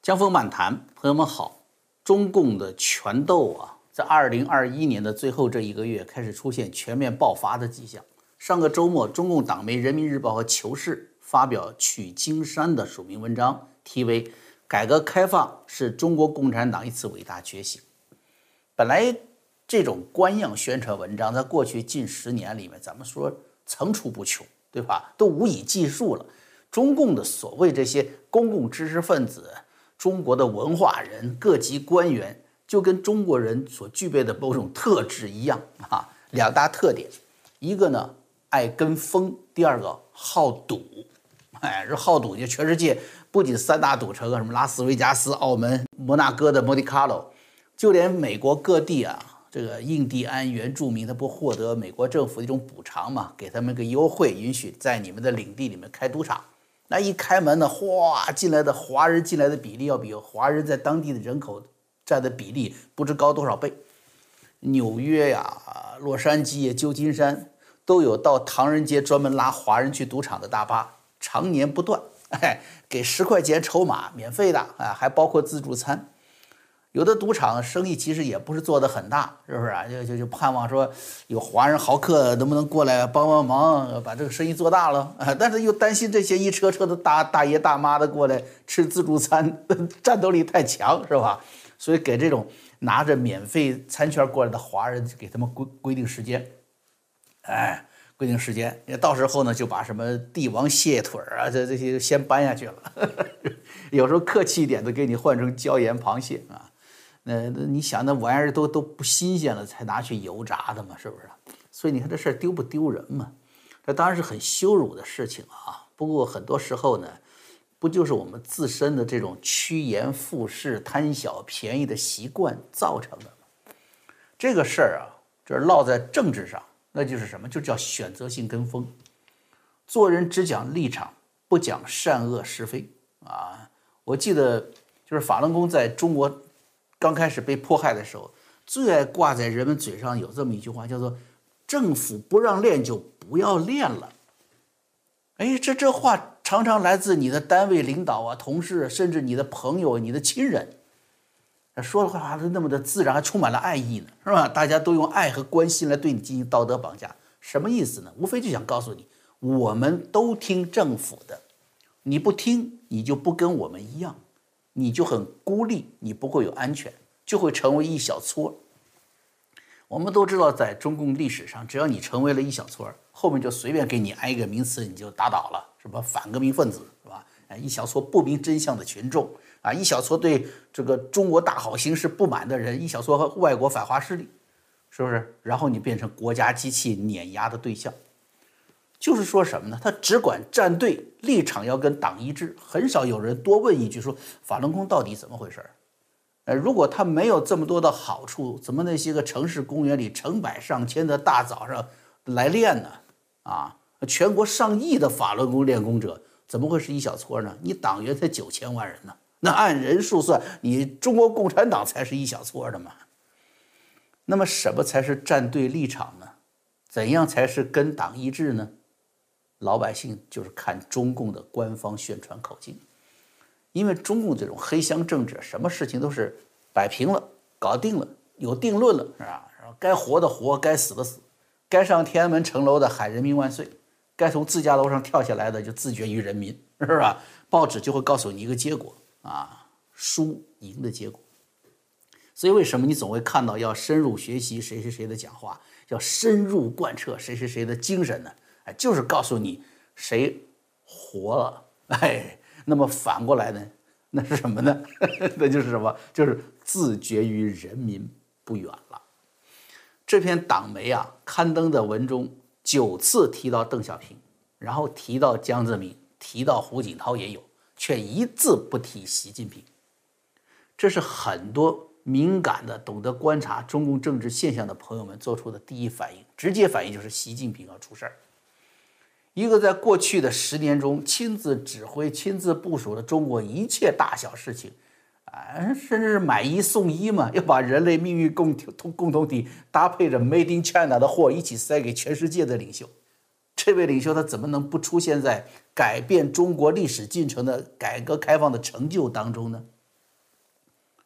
江峰漫谈，朋友们好。中共的权斗啊，在2021年的最后这一个月开始出现全面爆发的迹象。上个周末，中共党媒《人民日报》和《求是》发表曲青山的署名文章，题为《改革开放是中国共产党一次伟大觉醒》。本来这种官样宣传文章，在过去近10年里面，咱们说层出不穷，对吧？都无以计数了。中共的所谓这些公共知识分子、中国的文化人、各级官员，就跟中国人所具备的某种特质一样啊，两大特点，一个呢爱跟风，第二个好赌。这好赌，就全世界不仅3大赌城啊，什么拉斯维加斯、澳门、摩纳哥的 Monte Carlo， 就连美国各地啊，这个印第安原住民他不获得美国政府的一种补偿嘛，给他们个优惠，允许在你们的领地里面开赌场。那一开门呢，哗，进来的华人进来的比例要比华人在当地的人口占的比例不知高多少倍。纽约呀、洛杉矶呀、旧金山都有到唐人街专门拉华人去赌场的大巴，常年不断，给10块钱筹码，免费的，还包括自助餐。有的赌场生意其实也不是做得很大，是不是啊？就盼望说有华人豪客能不能过来帮帮忙，把这个生意做大了啊！但是又担心这些一车车的大爷大妈的过来吃自助餐，战斗力太强，是吧？所以给这种拿着免费餐券过来的华人，给他们规定时间，规定时间，到时候呢就把什么帝王蟹腿啊，这些先搬下去了，有时候客气一点的给你换成椒盐螃蟹啊。那你想那玩意儿都不新鲜了，才拿去油炸的嘛，是不是？所以你看这事儿丢不丢人嘛？这当然是很羞辱的事情啊。不过很多时候呢，不就是我们自身的这种趋炎附势、贪小便宜的习惯造成的吗？这个事儿啊，这落在政治上，那就是什么？就叫选择性跟风。做人只讲立场，不讲善恶是非啊。我记得就是法轮功在中国刚开始被迫害的时候，最爱挂在人们嘴上有这么一句话，叫做“政府不让练就不要练了”。这话常常来自你的单位领导啊、同事，甚至你的朋友、你的亲人。说的话是那么的自然，还充满了爱意呢，是吧？大家都用爱和关心来对你进行道德绑架，什么意思呢？无非就想告诉你，我们都听政府的，你不听，你就不跟我们一样。你就很孤立，你不会有安全，就会成为一小撮。我们都知道，在中共历史上，只要你成为了一小撮，后面就随便给你安一个名词，你就打倒了，什么反革命分子，是吧？一小撮不明真相的群众啊，一小撮对这个中国大好形势不满的人，一小撮外国反华势力，是不是？然后你变成国家机器碾压的对象。就是说什么呢？他只管站队，立场要跟党一致，很少有人多问一句说法轮功到底怎么回事？如果他没有这么多的好处，怎么那些个城市公园里成百上千的大早上来练呢？全国上亿的法轮功练功者，怎么会是一小撮呢？你党员才9000万人呢，那按人数算，你中国共产党才是一小撮的嘛。那么什么才是站队立场呢？怎样才是跟党一致呢？老百姓就是看中共的官方宣传口径，因为中共这种黑箱政治，什么事情都是摆平了、搞定了、有定论了，是吧？该活的活，该死的死，该上天安门城楼的喊人民万岁，该从自家楼上跳下来的就自绝于人民，是吧？报纸就会告诉你一个结果输赢的结果。所以为什么你总会看到要深入学习谁谁谁的讲话，要深入贯彻谁谁谁的精神呢？就是告诉你谁活了，那么反过来呢？那是什么呢？那就是什么？就是自绝于人民不远了。这篇党媒刊登的文中9次提到邓小平，然后提到江泽民，提到胡锦涛也有，却一字不提习近平。这是很多敏感的、懂得观察中共政治现象的朋友们做出的第一反应，直接反应就是习近平要出事儿。一个在过去的10年中亲自指挥、亲自部署了中国一切大小事情，甚至是买一送一嘛，要把人类命运共同体搭配着 Made in China 的货一起塞给全世界的领袖，这位领袖他怎么能不出现在改变中国历史进程的改革开放的成就当中呢？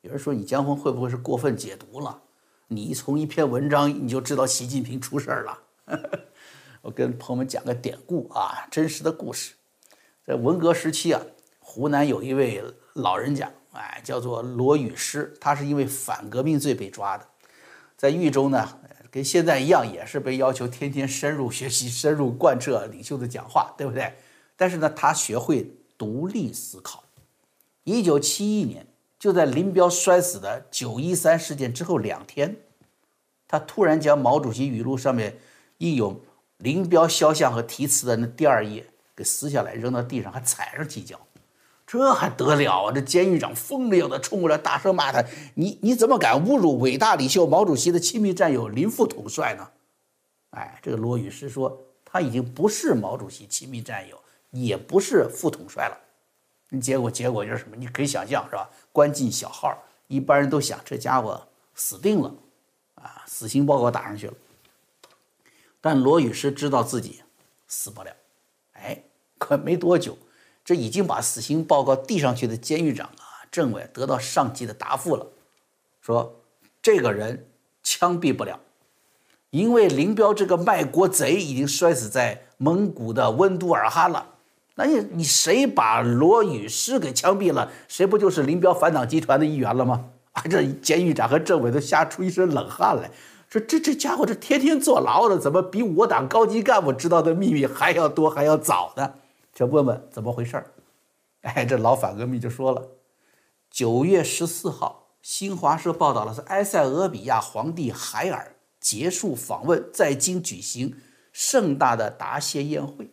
有人说你江峰会不会是过分解读了？你从一篇文章你就知道习近平出事了。我跟朋友们讲个典故啊，真实的故事。在文革时期啊，湖南有一位老人家，叫做罗宇诗，他是因为反革命罪被抓的，在狱中呢，跟现在一样，也是被要求天天深入学习、深入贯彻领袖的讲话，对不对？但是呢，他学会独立思考。1971年，就在林彪摔死的913事件之后2天，他突然将毛主席语录上面印有林彪肖像和题词的那第2页给撕下来扔到地上，还踩上几脚。这还得了啊！这监狱长疯了样的冲过来，大声骂他：“你怎么敢侮辱伟大领袖毛主席的亲密战友林副统帅呢？”这个罗宇诗说，他已经不是毛主席亲密战友，也不是副统帅了。结果就是什么？你可以想象是吧？关进小号，一般人都想这家伙死定了啊，死刑报告打上去了。但罗宇诗知道自己死不了，可没多久，这已经把死刑报告递上去的监狱长政委得到上级的答复了，说这个人枪毙不了，因为林彪这个卖国贼已经摔死在蒙古的温都尔汗了。那你谁把罗宇诗给枪毙了，谁不就是林彪反党集团的一员了吗？这监狱长和政委都吓出一身冷汗来，说这家伙这天天坐牢的，怎么比我党高级干部知道的秘密还要多还要早呢？这问问怎么回事？这老反革命就说了，9月14号，新华社报道了是埃塞俄比亚皇帝海尔结束访问，在京举行盛大的答谢宴会。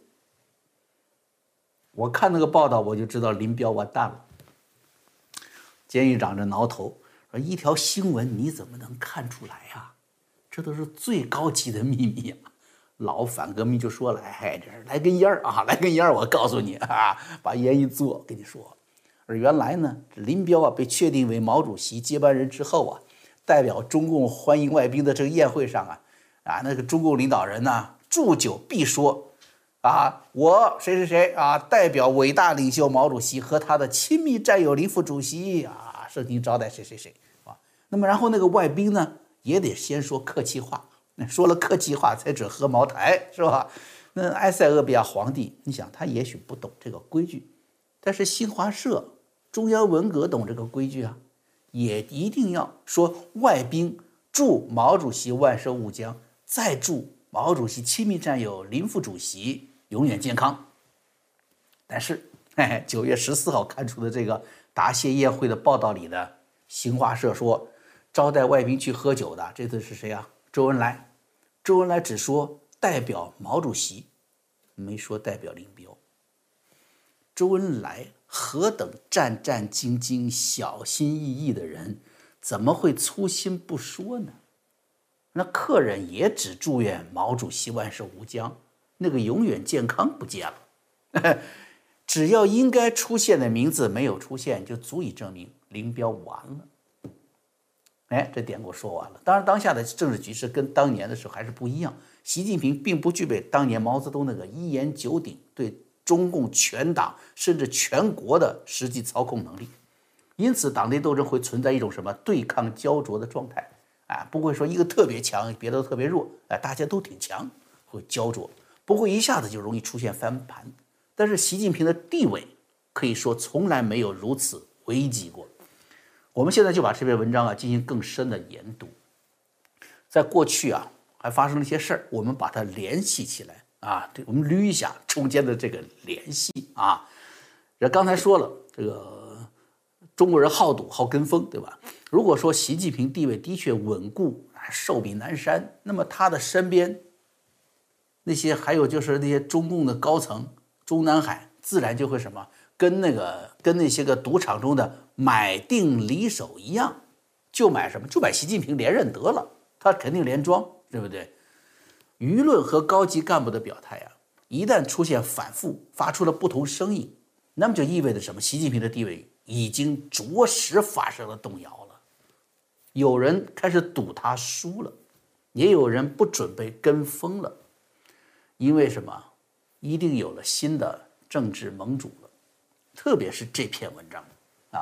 我看那个报道，我就知道林彪完蛋了。监狱长这挠头说：“一条新闻你怎么能看出来呀？这都是最高级的秘密啊！”老反革命就说了：“这是来根烟啊，来根烟，我告诉你啊，把烟一嘬，跟你说。”而原来呢，林彪被确定为毛主席接班人之后代表中共欢迎外宾的这个宴会上那个中共领导人呢，祝酒必说。我谁谁谁代表伟大领袖毛主席和他的亲密战友林副主席盛情招待谁谁谁那么然后那个外宾呢，也得先说客气话，说了客气话才准喝茅台，是吧？那埃塞俄比亚皇帝，你想他也许不懂这个规矩，但是新华社、中央文革懂这个规矩也一定要说外宾祝毛主席万寿无疆，再祝毛主席亲密战友林副主席永远健康。但是9月14号看出的这个答谢宴会的报道里的新华社说，招待外宾去喝酒的这次是谁周恩来。周恩来只说代表毛主席，没说代表林彪。周恩来何等战战兢兢、小心翼翼的人，怎么会粗心不说呢？那客人也只祝愿毛主席万寿无疆，那个永远健康不见了。只要应该出现的名字没有出现，就足以证明林彪完了。这典故说完了。当然，当下的政治局势跟当年的时候还是不一样。习近平并不具备当年毛泽东那个一言九鼎对中共全党甚至全国的实际操控能力，因此党内斗争会存在一种什么对抗焦灼的状态。不会说一个特别强，别的都特别弱，大家都挺强，会焦灼，不会一下子就容易出现翻盘。但是习近平的地位可以说从来没有如此危急过。我们现在就把这篇文章进行更深的研读。在过去还发生了一些事儿，我们把它联系起来我们捋一下中间的这个联系刚才说了，这个中国人好赌好跟风，对吧？如果说习近平地位的确稳固，寿比南山，那么他的身边那些还有就是那些中共的高层，中南海自然就会什么跟那些个赌场中的买定离手一样，就买什么？就买习近平连任得了，他肯定连庄，对不对？舆论和高级干部的表态一旦出现反复，发出了不同声音，那么就意味着什么？习近平的地位已经着实发生了动摇了。有人开始赌他输了，也有人不准备跟风了，因为什么？一定有了新的政治盟主了。特别是这篇文章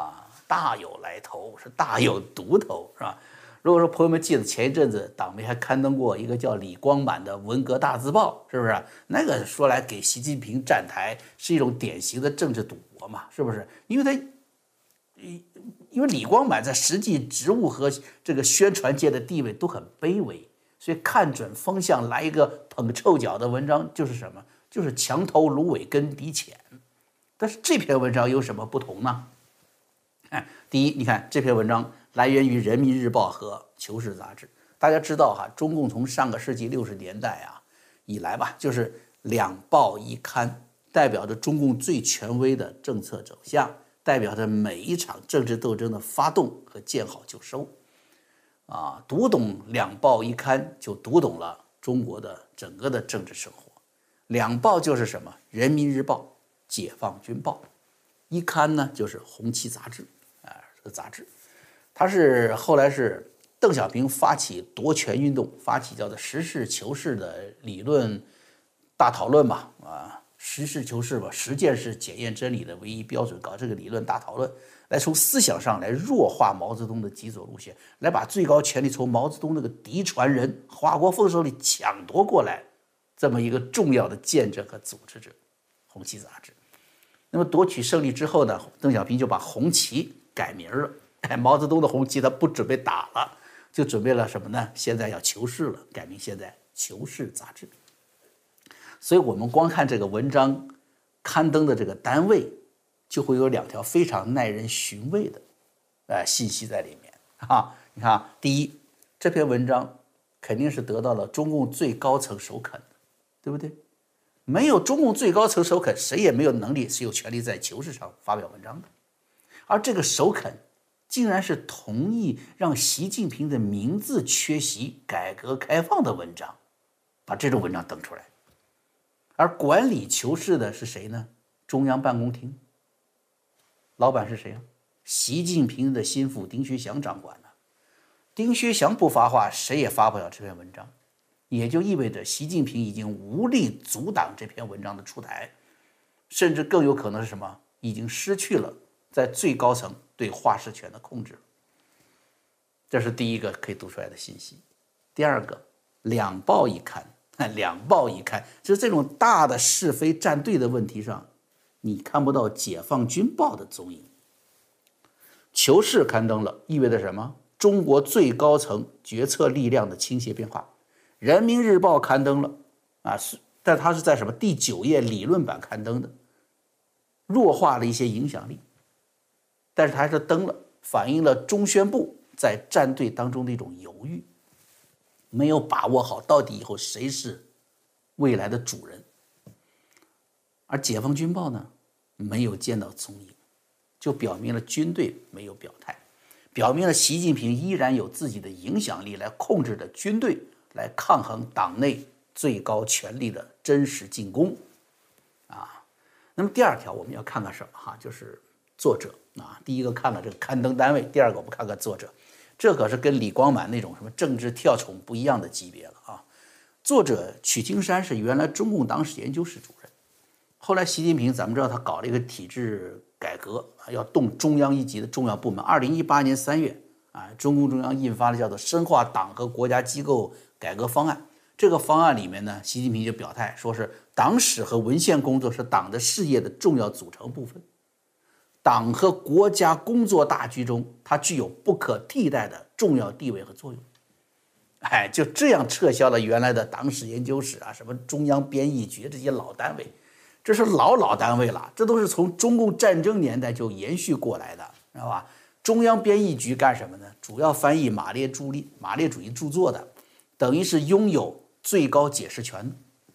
大有来头，是大有独头，是吧？如果说朋友们记得前一阵子党媒还刊登过一个叫李光满的文革大字报，是不是？那个说来给习近平站台是一种典型的政治赌博嘛，是不是？因为李光满在实际职务和这个宣传界的地位都很卑微，所以看准风向来一个捧臭脚的文章就是什么？就是墙头芦苇根底浅。但是这篇文章有什么不同呢？第一，你看这篇文章来源于人民日报和求是杂志。大家知道哈，中共从上个世纪60年代以来吧，就是两报一刊，代表着中共最权威的政策走向，代表着每一场政治斗争的发动和见好就收。读懂两报一刊，就读懂了中国的整个的政治生活。两报就是什么？人民日报、解放军报，一刊呢就是红旗杂志，这个杂志，它是后来是邓小平发起夺权运动，发起叫做实事求是的理论大讨论吧，实事求是吧，实践是检验真理的唯一标准，搞这个理论大讨论，来从思想上来弱化毛泽东的极左路线，来把最高权力从毛泽东那个嫡传人华国锋手里抢夺过来，这么一个重要的见证和组织者，红旗杂志。那么夺取胜利之后呢，邓小平就把红旗改名了。毛泽东的红旗他不准备打了，就准备了什么呢？现在要求是了，改名现在求是杂志。所以我们光看这个文章刊登的这个单位，就会有2条非常耐人寻味的信息在里面你看第一，这篇文章肯定是得到了中共最高层首肯的，对不对？没有中共最高层首肯，谁也没有能力，谁有权利在求是上发表文章的。而这个首肯竟然是同意让习近平的名字缺席改革开放的文章，把这种文章登出来。而管理求是的是谁呢？中央办公厅，老板是谁啊？习近平的心腹丁薛祥掌管的。丁薛祥不发话，谁也发不了这篇文章，也就意味着习近平已经无力阻挡这篇文章的出台，甚至更有可能是什么？已经失去了在最高层对话事权的控制了。这是第一个可以读出来的信息。第二个，两报一刊，就是这种大的是非站队的问题上，你看不到解放军报的踪影。求是刊登了，意味着什么？中国最高层决策力量的倾斜变化。人民日报刊登了但它是在什么第9页理论版刊登的，弱化了一些影响力，但是它还是登了，反映了中宣部在站队当中的一种犹豫，没有把握好到底以后谁是未来的主人。而解放军报呢，没有见到踪影，就表明了军队没有表态，表明了习近平依然有自己的影响力来控制着军队，来抗衡党内最高权力的真实进攻那么第二条我们要看看什么就是作者第一个看了这个刊登单位，第二个我们看看作者，这可是跟李光满那种什么政治跳宠不一样的级别了作者曲青山是原来中共党史研究室主任，后来习近平咱们知道他搞了一个体制改革要动中央一级的重要部门。2018年3月中共中央印发了叫做《深化党和国家机构改革方案》。这个方案里面呢，习近平就表态说是党史和文献工作是党的事业的重要组成部分，党和国家工作大局中它具有不可替代的重要地位和作用。就这样撤销了原来的党史研究室什么中央编译局这些老单位，这是老单位了，这都是从中共战争年代就延续过来的，知道吧？中央编译局干什么呢？主要翻译马列主义著作的，等于是拥有最高解释权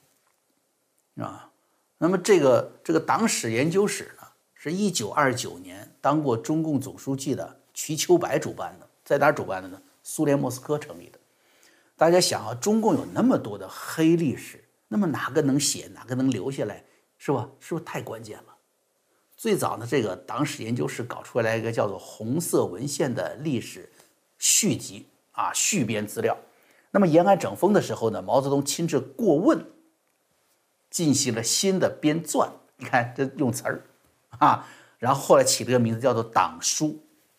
那么这个党史研究室呢，是1929年当过中共总书记的瞿秋白主办的，在哪儿主办的呢？苏联莫斯科成立的。大家想中共有那么多的黑历史，那么哪个能写，哪个能留下来，是吧？是不是太关键了？最早的这个党史研究室搞出来一个叫做红色文献的历史续集续编资料。那么延安整风的时候呢，毛泽东亲自过问，进行了新的编撰。你看这用词儿然后后来起了个名字叫做党书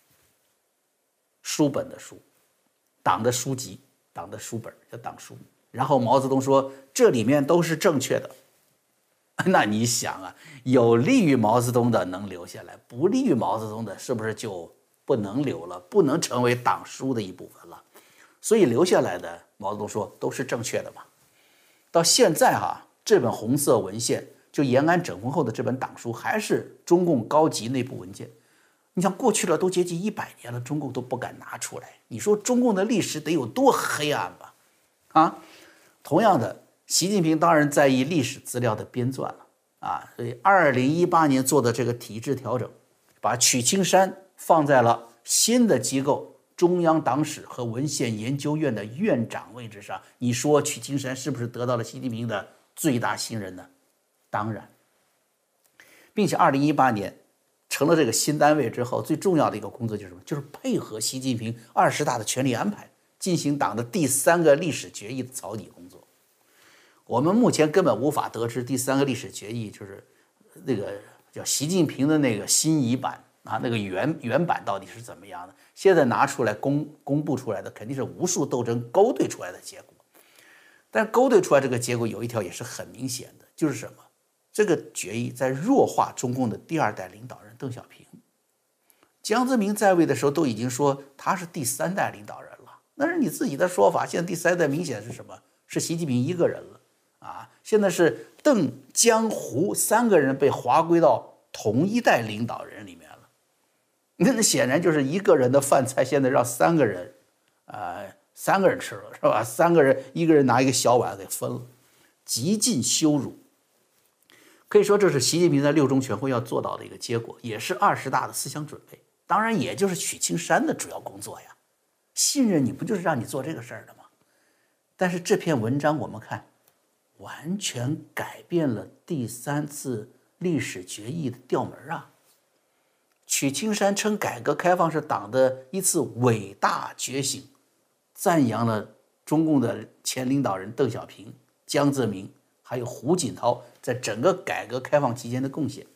书本的书，党的书籍，党的书本叫党书。然后毛泽东说这里面都是正确的。那你想啊，有利于毛泽东的能留下来，不利于毛泽东的是不是就不能留了，不能成为党书的一部分了？所以留下来的，毛泽东说都是正确的嘛。到现在这本红色文献，就延安整风后的这本党书，还是中共高级内部文件。你想过去了都接近100年了，中共都不敢拿出来，你说中共的历史得有多黑暗吧？同样的，习近平当然在意历史资料的编纂了所以2018年做的这个体制调整，把曲青山放在了新的机构中央党史和文献研究院的院长位置上。你说曲青山是不是得到了习近平的最大信任呢？当然，并且2018年成了这个新单位之后，最重要的一个工作就是什么？就是配合习近平20大的权力安排，进行党的第3个历史决议的草拟工作。我们目前根本无法得知第3个历史决议就是那个叫习近平的那个新译版那个原版到底是怎么样的。现在拿出来公布出来的肯定是无数斗争勾兑出来的结果。但勾兑出来这个结果有一条也是很明显的，就是什么？这个决议在弱化中共的第2代领导人邓小平。江泽民在位的时候都已经说他是第3代领导人了，那是你自己的说法。现在第3代明显是什么？是习近平一个人了现在是邓江胡3个人被划归到同一代领导人里面了。那显然就是一个人的饭菜，现在让3个人吃了，是吧？3个人，一个人拿一个小碗给分了，极尽羞辱。可以说这是习近平在6中全会要做到的一个结果，也是20大的思想准备，当然也就是曲青山的主要工作呀。信任你不就是让你做这个事儿的吗？但是这篇文章我们看完全改变了第3次历史决议的调门曲青山称改革开放是党的一次伟大觉醒，赞扬了中共的前领导人邓小平、江泽民还有胡锦涛在整个改革开放期间的贡献。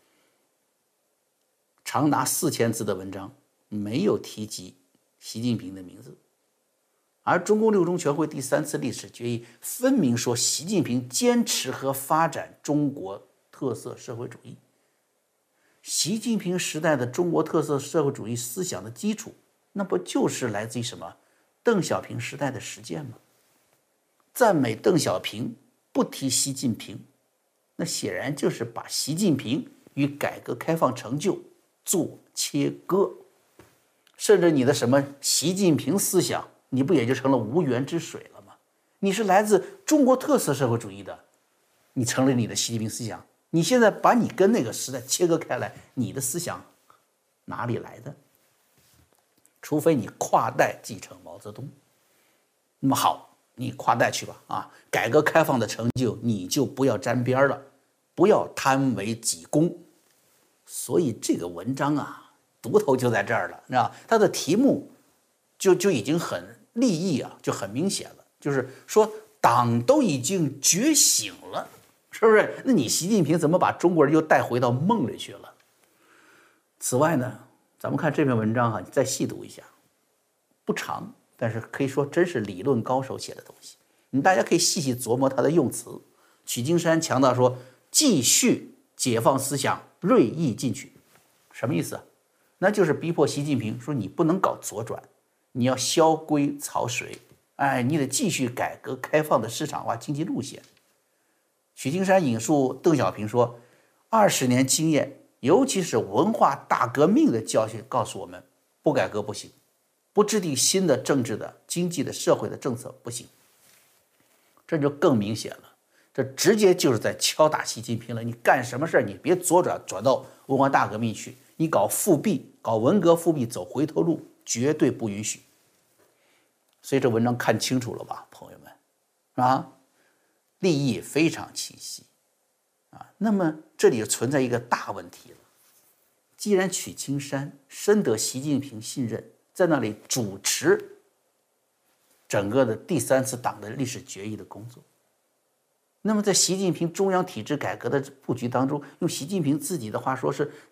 长达4000字的文章没有提及习近平的名字，而中共6中全会第3次历史决议分明说习近平坚持和发展中国特色社会主义。习近平时代的中国特色社会主义思想的基础，那不就是来自于什么？邓小平时代的实践吗？赞美邓小平，不提习近平，那显然就是把习近平与改革开放成就做切割。甚至你的什么习近平思想，你不也就成了无源之水了吗？你是来自中国特色社会主义的，你成了你的习近平思想，你现在把你跟那个时代切割开来，你的思想哪里来的？除非你跨代继承毛泽东。那么好，你跨代去吧改革开放的成就你就不要沾边了，不要贪为己功。所以这个文章毒头就在这儿了，你知道它的题目就已经很立意就很明显了，就是说党都已经觉醒了，是不是？那你习近平怎么把中国人又带回到梦里去了？此外呢，咱们看这篇文章你再细读一下，不长，但是可以说真是理论高手写的东西。大家可以细细琢磨他的用词。曲青山强调说，继续解放思想，锐意进取，什么意思？那就是逼迫习近平说你不能搞左转，你要萧规曹随，你得继续改革开放的市场化经济路线。曲青山引述邓小平说，20年经验，尤其是文化大革命的教训告诉我们，不改革不行，不制定新的政治的、经济的、社会的政策不行。这就更明显了，这直接就是在敲打习近平了。你干什么事你别左转到文化大革命去，你搞复辟，搞文革复辟，走回头路，绝对不允许。所以这文章看清楚了吧，朋友们立意非常清晰那么这里存在一个大问题了。既然曲青山深得习近平信任，在那里主持整个的第3次党的历史决议的工作，那么在习近平中央体制改革的布局当中，用习近平自己的话说，是在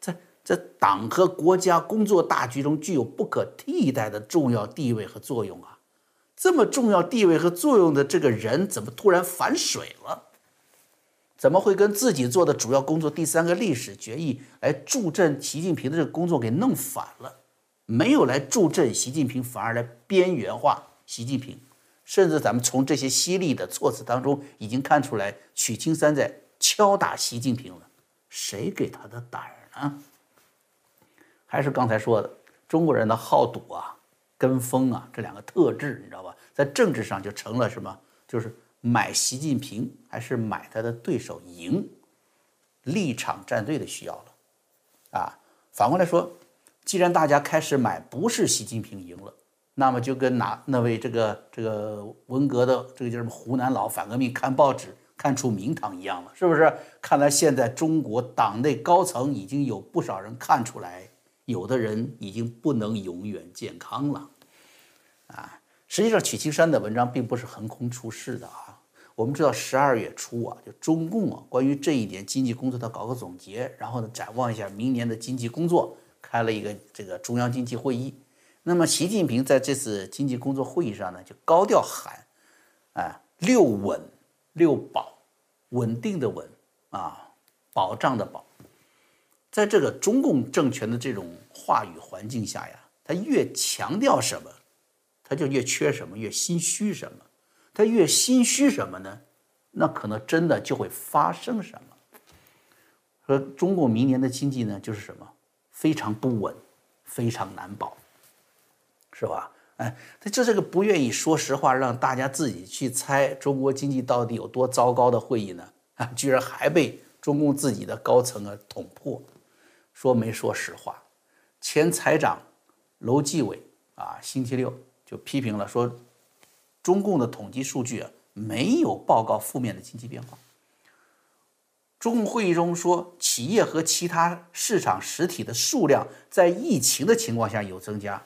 在党和国家工作大局中具有不可替代的重要地位和作用啊！这么重要地位和作用的这个人，怎么突然反水了？怎么会跟自己做的主要工作第三个历史决议来助阵习近平的这个工作给弄反了？没有来助阵习近平，反而来边缘化习近平。甚至咱们从这些犀利的措辞当中已经看出来，许青山在敲打习近平了。谁给他的胆儿呢？还是刚才说的，中国人的好赌啊、跟风啊这两个特质，你知道吧？在政治上就成了什么？就是买习近平还是买他的对手赢，立场站队的需要了啊。反过来说，既然大家开始买不是习近平赢了，那么就跟那位这个文革的这个叫什么湖南佬反革命看报纸看出名堂一样了，是不是？看来现在中国党内高层已经有不少人看出来，有的人已经不能永远健康了啊。实际上，许青山的文章并不是横空出世的啊。我们知道12月初啊，就中共啊关于这一点经济工作的搞个总结，然后呢展望一下明年的经济工作，开了一个这个中央经济会议。那么习近平在这次经济工作会议上呢，就高调喊，6稳6保，稳定的稳啊，保障的保。在这个中共政权的这种话语环境下呀，他越强调什么，他就越缺什么，越心虚什么。他越心虚什么呢？那可能真的就会发生什么。说中国明年的经济呢，就是什么？非常不稳，非常难保。是吧？他这个不愿意说实话，让大家自己去猜中国经济到底有多糟糕的会议呢？居然还被中共自己的高层捅破，说没说实话。前财长楼继伟星期六就批评了，说中共的统计数据没有报告负面的经济变化。中共会议中说，企业和其他市场实体的数量在疫情的情况下有增加。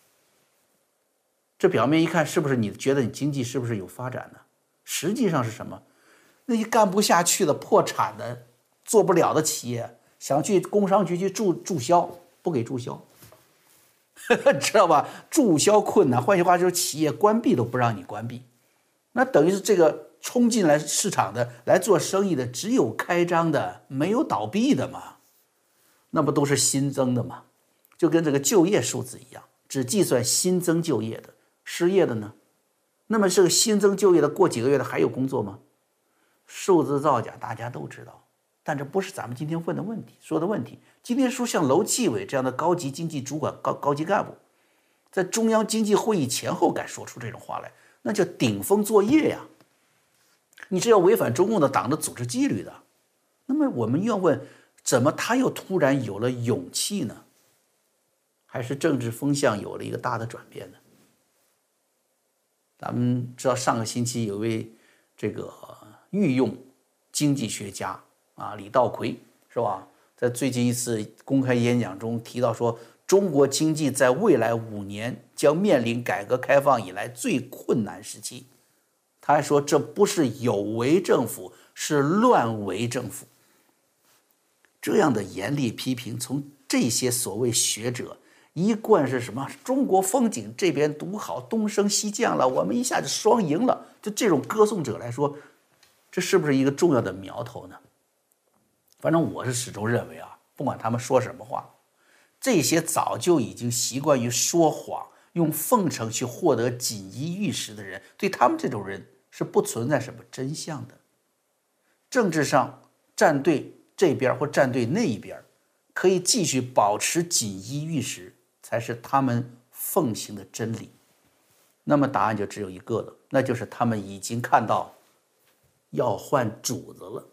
这表面一看，是不是你觉得你经济是不是有发展呢？实际上是什么？那些干不下去的、破产的、做不了的企业，想去工商局去注销，不给注销，知道吧？注销困难，换句话就是企业关闭都不让你关闭。那等于是这个冲进来市场的、来做生意的，只有开张的，没有倒闭的嘛？那不都是新增的嘛？就跟这个就业数字一样，只计算新增就业的。失业的呢？那么这个新增就业的过几个月的还有工作吗？数字造假大家都知道，但这不是咱们今天问的问题，说的问题。今天说像楼继伟这样的高级经济主管、高级干部，在中央经济会议前后敢说出这种话来，那叫顶风作业呀！你是要违反中共的党的组织纪律的。那么我们要问，怎么他又突然有了勇气呢？还是政治风向有了一个大的转变呢？咱们知道上个星期有位这个御用经济学家李稻葵是吧，在最近一次公开演讲中提到说，中国经济在未来5年将面临改革开放以来最困难时期。他还说，这不是有为政府，是乱为政府。这样的严厉批评，从这些所谓学者一贯是什么？中国风景这边独好，东升西降了，我们一下就双赢了。就这种歌颂者来说，这是不是一个重要的苗头呢？反正我是始终认为不管他们说什么话，这些早就已经习惯于说谎、用奉承去获得锦衣玉食的人，对他们这种人是不存在什么真相的。政治上站队这边或站队那一边，可以继续保持锦衣玉食，才是他们奉行的真理。那么答案就只有一个了，那就是他们已经看到要换主子了。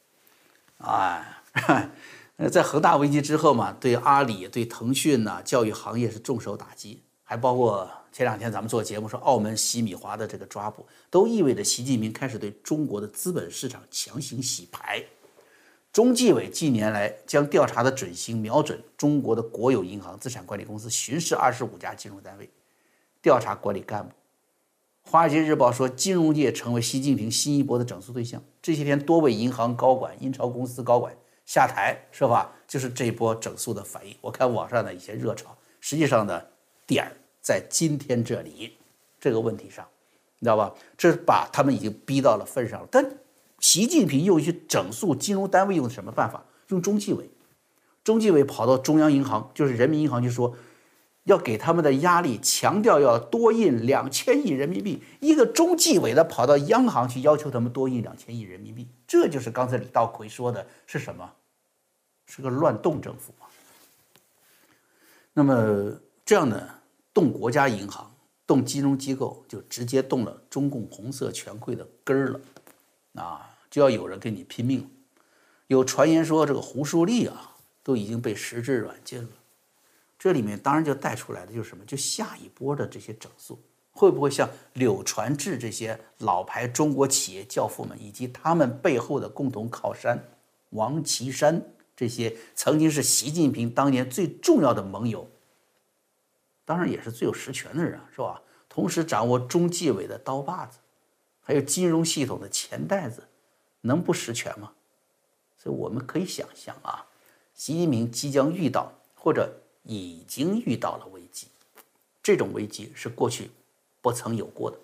在恒大危机之后嘛，对阿里、对腾讯教育行业是重手打击，还包括前2天咱们做节目说澳门洗米华的这个抓捕，都意味着习近平开始对中国的资本市场强行洗牌。中纪委近年来将调查的准星瞄准中国的国有银行、资产管理公司，巡视25家金融单位，调查管理干部。华尔街日报说，金融界成为习近平新一波的整肃对象。这些天，多位银行高管、印钞公司高管下台，是吧？就是这一波整肃的反应。我看网上的一些热潮，实际上呢，点儿在今天这里这个问题上，你知道吧？这把他们已经逼到了份上了。但习近平又去整肃金融单位，用什么办法？用中纪委。中纪委跑到中央银行，就是人民银行，就说要给他们的压力，强调要多印2000亿人民币。一个中纪委的跑到央行去要求他们多印2000亿人民币，这就是刚才李稻葵说的是什么？是个乱动政府嘛。那么这样呢，动国家银行、动金融机构，就直接动了中共红色权贵的根儿了，就要有人跟你拼命了。有传言说这个胡舒立都已经被实质软禁了。这里面当然就带出来的就是什么？就下一波的这些整肃，会不会像柳传志这些老牌中国企业教父们，以及他们背后的共同靠山王岐山这些曾经是习近平当年最重要的盟友，当然也是最有实权的人是吧？同时掌握中纪委的刀把子，还有金融系统的钱袋子，能不实权吗？所以我们可以想象习近平即将遇到或者已经遇到了危机，这种危机是过去不曾有过的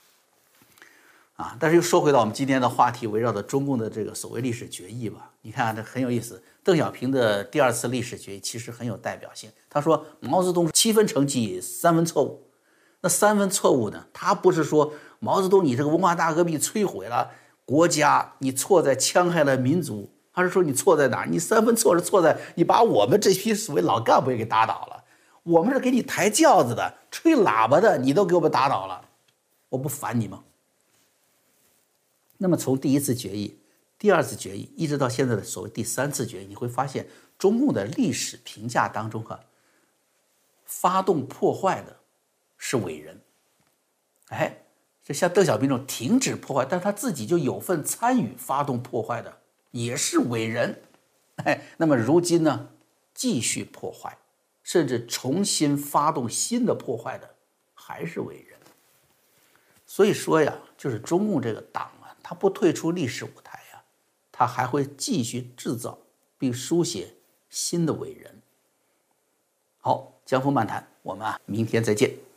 但是又说回到我们今天的话题，围绕着中共的这个所谓历史决议吧。你看这很有意思，邓小平的第2次历史决议其实很有代表性。他说毛泽东7分成绩3分错误。那3分错误呢，他不是说毛泽东你这个文化大革命摧毁了国家，你错在戕害了民族，他是说你错在哪儿？你3分错是错在你把我们这批所谓老干部也给打倒了。我们是给你抬轿子的、吹喇叭的，你都给我们打倒了，我不烦你吗？那么从第1次决议、第2次决议，一直到现在的所谓第3次决议，你会发现中共的历史评价当中发动破坏的是伟人。就像邓小平这种停止破坏，但他自己就有份参与发动破坏的也是伟人。那么如今呢，继续破坏，甚至重新发动新的破坏的还是伟人。所以说呀，就是中共这个党他不退出历史舞台他还会继续制造并书写新的伟人。好，江湖漫谈，我们明天再见。